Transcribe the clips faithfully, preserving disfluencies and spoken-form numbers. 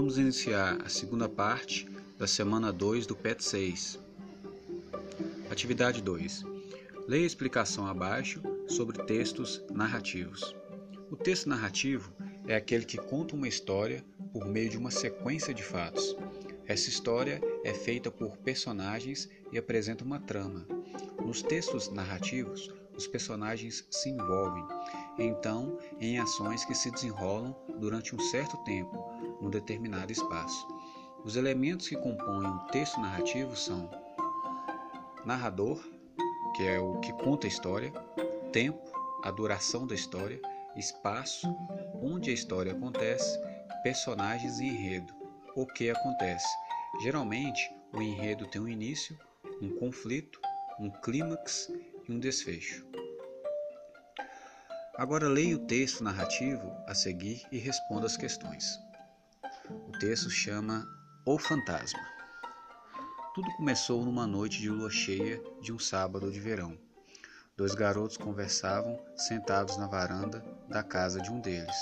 Vamos iniciar a segunda parte da semana dois do P E T seis. Atividade dois. Leia a explicação abaixo sobre textos narrativos. O texto narrativo é aquele que conta uma história por meio de uma sequência de fatos. Essa história é feita por personagens e apresenta uma trama. Nos textos narrativos, os personagens se envolvem, então, em ações que se desenrolam durante um certo tempo, num determinado espaço. Os elementos que compõem o texto narrativo são narrador, que é o que conta a história, tempo, a duração da história, espaço, onde a história acontece, personagens e enredo, o que acontece. Geralmente, o enredo tem um início, um conflito, um clímax e um desfecho. Agora leia o texto narrativo a seguir e responda as questões. O texto chama O Fantasma. Tudo começou numa noite de lua cheia de um sábado de verão. Dois garotos conversavam sentados na varanda da casa de um deles.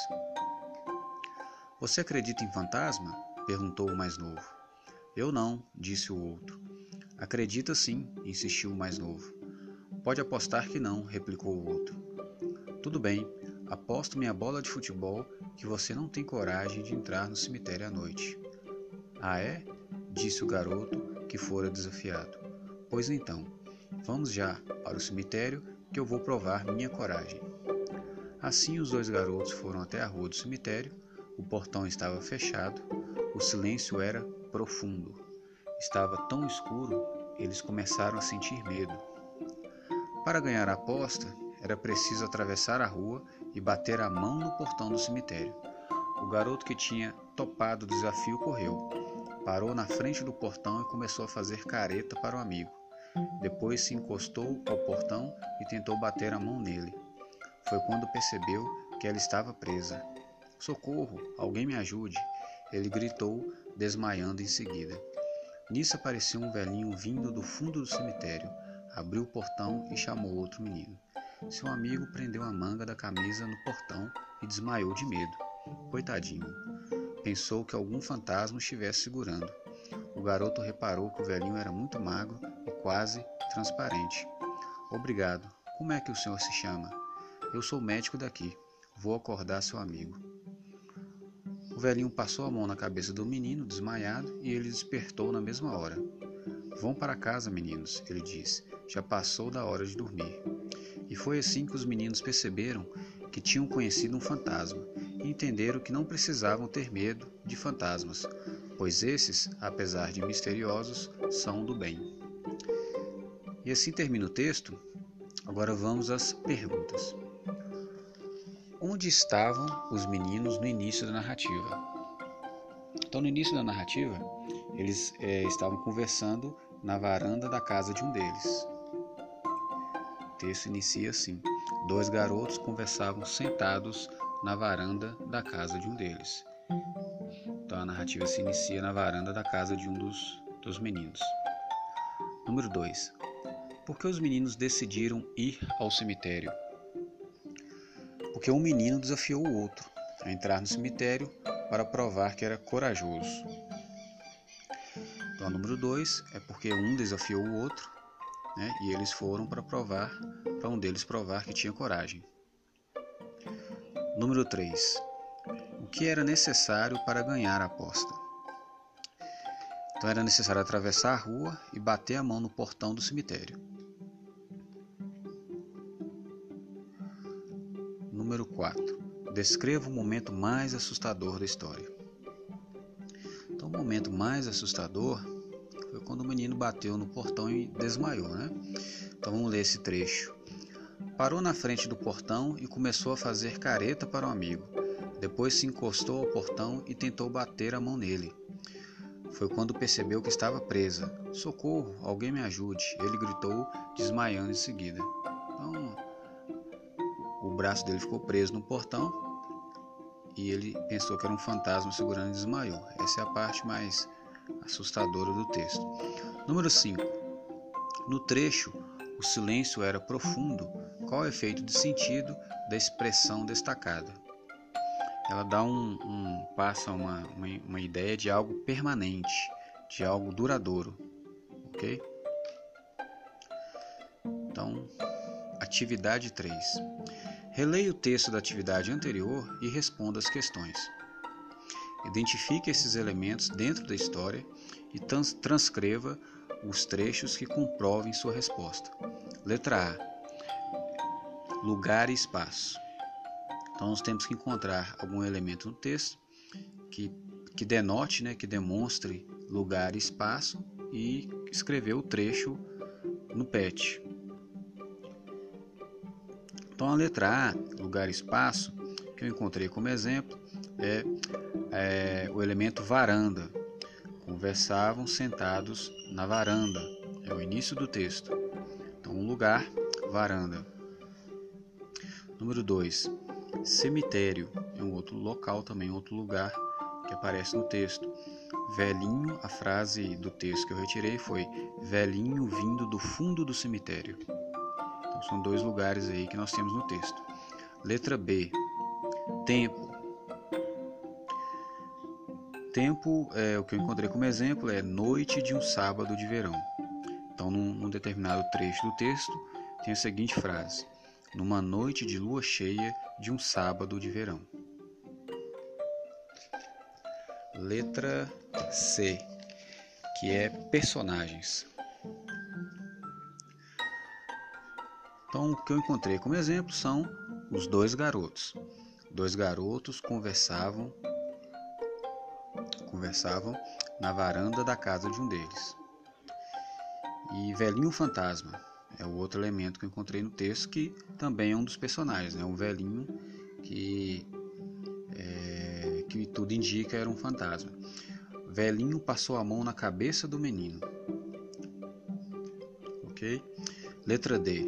"Você acredita em fantasma?" perguntou o mais novo. "Eu não", disse o outro. "Acredita sim", insistiu o mais novo. "Pode apostar que não", replicou o outro. "Tudo bem, aposto minha bola de futebol que você não tem coragem de entrar no cemitério à noite." "Ah, é?", disse o garoto que fora desafiado. "Pois então, vamos já para o cemitério que eu vou provar minha coragem." Assim os dois garotos foram até a rua do cemitério. O portão estava fechado, o silêncio era profundo. Estava tão escuro, eles começaram a sentir medo. Para ganhar a aposta, era preciso atravessar a rua e bater a mão no portão do cemitério. O garoto que tinha topado o desafio correu, parou na frente do portão e começou a fazer careta para o amigo. Depois se encostou ao portão e tentou bater a mão nele. Foi quando percebeu que ela estava presa. "Socorro! Alguém me ajude!" ele gritou, desmaiando em seguida. Nisso apareceu um velhinho vindo do fundo do cemitério, abriu o portão e chamou outro menino. Seu amigo prendeu a manga da camisa no portão e desmaiou de medo. Coitadinho! Pensou que algum fantasma estivesse segurando. O garoto reparou que o velhinho era muito magro e quase transparente. "Obrigado. Como é que o senhor se chama?" "Eu sou médico daqui. Vou acordar seu amigo." O velhinho passou a mão na cabeça do menino, desmaiado, e ele despertou na mesma hora. "Vão para casa, meninos", ele disse. "Já passou da hora de dormir." E foi assim que os meninos perceberam que tinham conhecido um fantasma e entenderam que não precisavam ter medo de fantasmas, pois esses, apesar de misteriosos, são do bem. E assim termina o texto. Agora vamos às perguntas. Onde estavam os meninos no início da narrativa? Então, no início da narrativa, eles é, estavam conversando na varanda da casa de um deles. O texto inicia assim: dois garotos conversavam sentados na varanda da casa de um deles. Então, a narrativa se inicia na varanda da casa de um dos, dos meninos. Número dois. Por que os meninos decidiram ir ao cemitério? Porque um menino desafiou o outro a entrar no cemitério para provar que era corajoso. Então, número dois é porque um desafiou o outro, né, e eles foram para provar, para um deles provar que tinha coragem. Número três. O que era necessário para ganhar a aposta? Então, era necessário atravessar a rua e bater a mão no portão do cemitério. Número quatro. Descreva o momento mais assustador da história. Então, o momento mais assustador foi quando o menino bateu no portão e desmaiou, né? Então, vamos ler esse trecho. Parou na frente do portão e começou a fazer careta para o amigo. Depois se encostou ao portão e tentou bater a mão nele. Foi quando percebeu que estava presa. "Socorro, alguém me ajude", ele gritou, desmaiando em seguida. Então, o braço dele ficou preso no portão e ele pensou que era um fantasma segurando e desmaiou. Essa é a parte mais assustadora do texto. Número cinco. No trecho, o silêncio era profundo. Qual é o efeito de sentido da expressão destacada? ela dá um, um passa uma, uma, uma ideia de algo permanente, de algo duradouro, ok? Então, atividade três. Releia o texto da atividade anterior e responda as questões. Identifique esses elementos dentro da história e trans- transcreva os trechos que comprovem sua resposta. Letra A. Lugar e espaço. Então, nós temos que encontrar algum elemento no texto que, que denote, né, que demonstre lugar e espaço e escrever o trecho no P E T. Então, a letra A, lugar e espaço, que eu encontrei como exemplo, é, é o elemento varanda. Conversavam sentados na varanda. É o início do texto. Então, um lugar, varanda. Número dois. Cemitério. É um outro local também, outro lugar que aparece no texto. Velhinho, a frase do texto que eu retirei foi velhinho vindo do fundo do cemitério. Então, são dois lugares aí que nós temos no texto. Letra B. Tempo. Tempo, é, o que eu encontrei como exemplo é noite de um sábado de verão. Então, num, num determinado trecho do texto, tem a seguinte frase: numa noite de lua cheia de um sábado de verão. Letra C, que é personagens. Então, o que eu encontrei como exemplo são os dois garotos. Dois garotos conversavam conversavam na varanda da casa de um deles. E velhinho fantasma é o outro elemento que eu encontrei no texto, que também é um dos personagens, né? Um velhinho que, é, que tudo indica era um fantasma. Velhinho passou a mão na cabeça do menino. Ok? Letra D.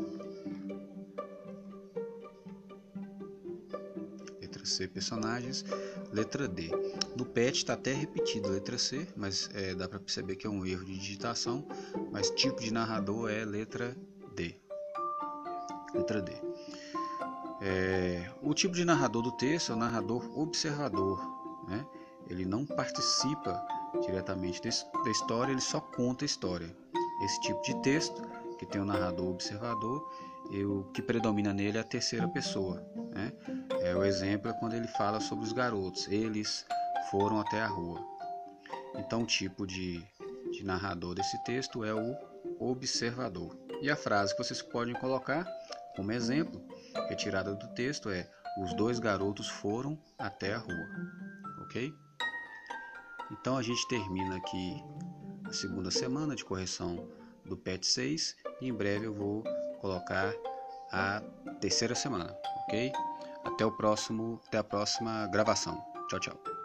Letra C, personagens. Letra D. No P E T está até repetido a letra C, mas é, dá para perceber que é um erro de digitação, mas tipo de narrador é letra D. Letra D. É, o tipo de narrador do texto é o narrador observador, né? Ele não participa diretamente desse, da história, ele só conta a história. Esse tipo de texto, que tem o narrador observador, e o que predomina nele é a terceira pessoa, né? É, o exemplo é quando ele fala sobre os garotos, eles foram até a rua. Então, o tipo de, de narrador desse texto é o observador. E a frase que vocês podem colocar como exemplo, retirada do texto, é: os dois garotos foram até a rua. Ok? Então, a gente termina aqui a segunda semana de correção do P E T seis e em breve eu vou colocar a terceira semana. Ok? Até o próximo, até a próxima gravação. Tchau, tchau.